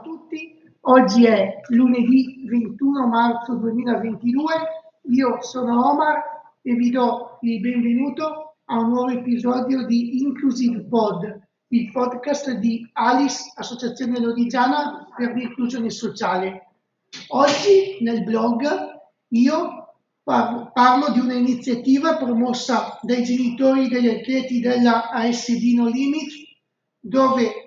a tutti, oggi è lunedì 21 marzo 2022, io sono Omar e vi do il benvenuto a un nuovo episodio di Inclusive Pod, il podcast di Alice, Associazione Lodigiana per l'Inclusione Sociale. Oggi nel blog io parlo di un'iniziativa promossa dai genitori degli atleti della ASD No Limit, dove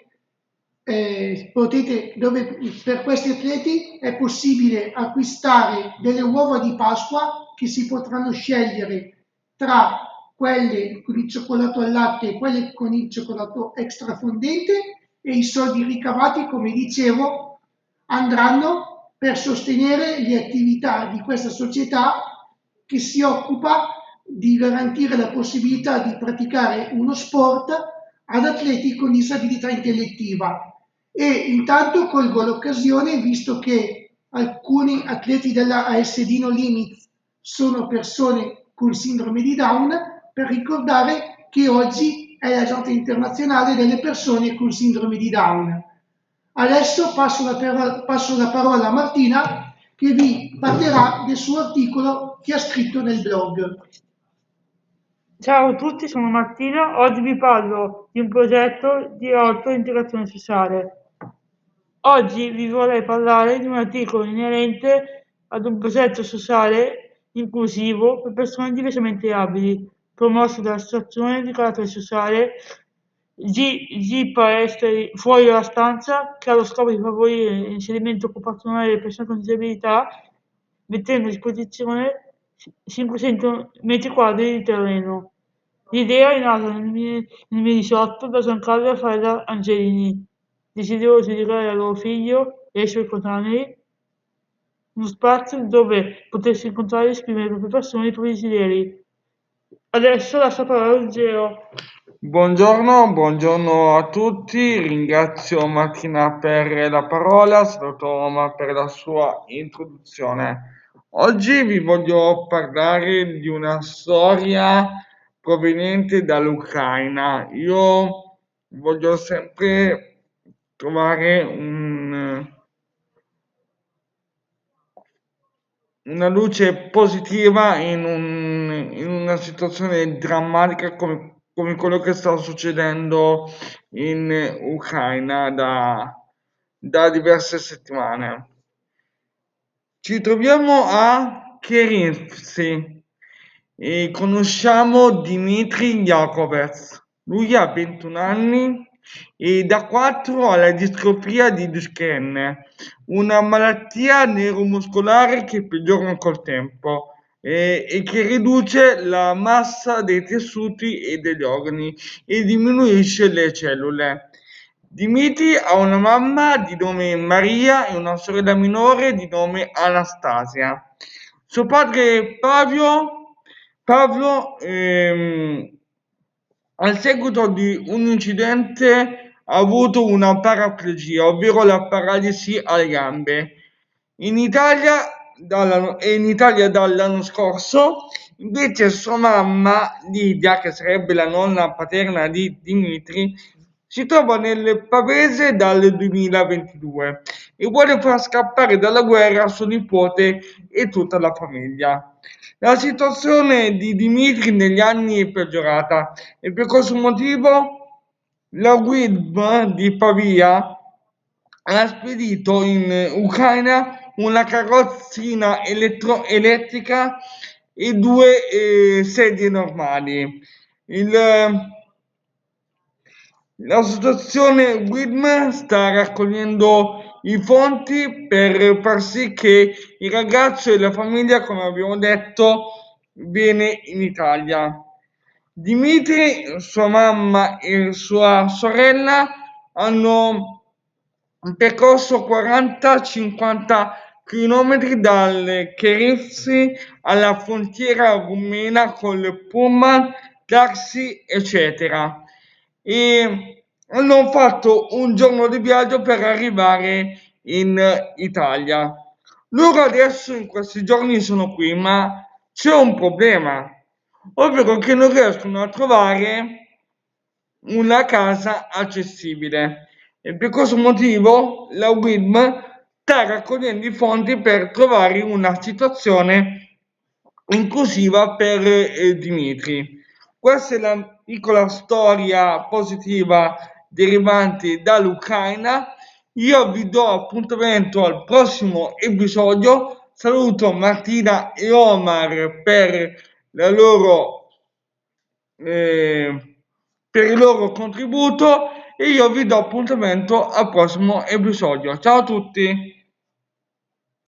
per questi atleti è possibile acquistare delle uova di Pasqua che si potranno scegliere tra quelle con il cioccolato al latte e quelle con il cioccolato extra fondente, e i soldi ricavati, come dicevo, andranno per sostenere le attività di questa società che si occupa di garantire la possibilità di praticare uno sport ad atleti con disabilità intellettiva. E intanto colgo l'occasione, visto che alcuni atleti della ASD No Limit sono persone con sindrome di Down, per ricordare che oggi è la giornata internazionale delle persone con sindrome di Down. Adesso passo la parola a Martina, che vi parlerà del suo articolo che ha scritto nel blog. Ciao a tutti, sono Martina. Oggi vi parlo di un progetto di autointegrazione sociale. Oggi vi vorrei parlare di un articolo inerente ad un progetto sociale inclusivo per persone diversamente abili, promosso dall'Associazione di carattere sociale G Esteri fuori dalla stanza, che ha lo scopo di favorire l'inserimento occupazionale delle persone con disabilità, mettendo a disposizione 500 metri quadri di terreno. L'idea è nata nel 2018 da Giancarlo e Raffaella Angelini, desiderosi di dare al loro figlio e ai suoi coetanei uno spazio dove potersi incontrare e esprimere le proprie passioni e i propri desideri. Adesso lascio la parola a Ruggero. Buongiorno a tutti, ringrazio Martina per la parola, saluto Omar per la sua introduzione. Oggi vi voglio parlare di una storia proveniente dall'Ucraina. Io voglio sempre trovare una luce positiva in una situazione drammatica come quello che sta succedendo in Ucraina da diverse settimane. Ci troviamo a Kherivtsi e conosciamo Dmitry Yakovets. Lui ha 21 anni e da 4 ha la distrofia di Duchenne, una malattia neuromuscolare che peggiora col tempo e che riduce la massa dei tessuti e degli organi e diminuisce le cellule. Dimitri ha una mamma di nome Maria e una sorella minore di nome Anastasia. Suo padre Pavlo, al seguito di un incidente ha avuto una paraplegia, ovvero la paralisi alle gambe. In Italia dall'anno scorso, invece sua mamma, Lidia, che sarebbe la nonna paterna di Dimitri, si trova nel Pavese dal 2022 e vuole far scappare dalla guerra suo nipote e tutta la famiglia. La situazione di Dimitri negli anni è peggiorata e per questo motivo la UILB di Pavia ha spedito in Ucraina una carrozzina elettrica e 2 sedie normali. L'associazione WIDM sta raccogliendo i fondi per far sì che il ragazzo e la famiglia, come abbiamo detto, viene in Italia. Dimitri, sua mamma e sua sorella hanno percorso 40-50 km dal Cherifsi alla frontiera rumena col pullman, taxi, eccetera. E hanno fatto un giorno di viaggio per arrivare in Italia. Loro adesso in questi giorni sono qui, ma c'è un problema, ovvero che non riescono a trovare una casa accessibile. E per questo motivo la WIM sta raccogliendo i fondi per trovare una situazione inclusiva per Dimitri. Questa è la piccola storia positiva derivante dall'Ucraina. Io vi do appuntamento al prossimo episodio. Saluto Martina e Omar per il loro contributo e io vi do appuntamento al prossimo episodio. Ciao a tutti!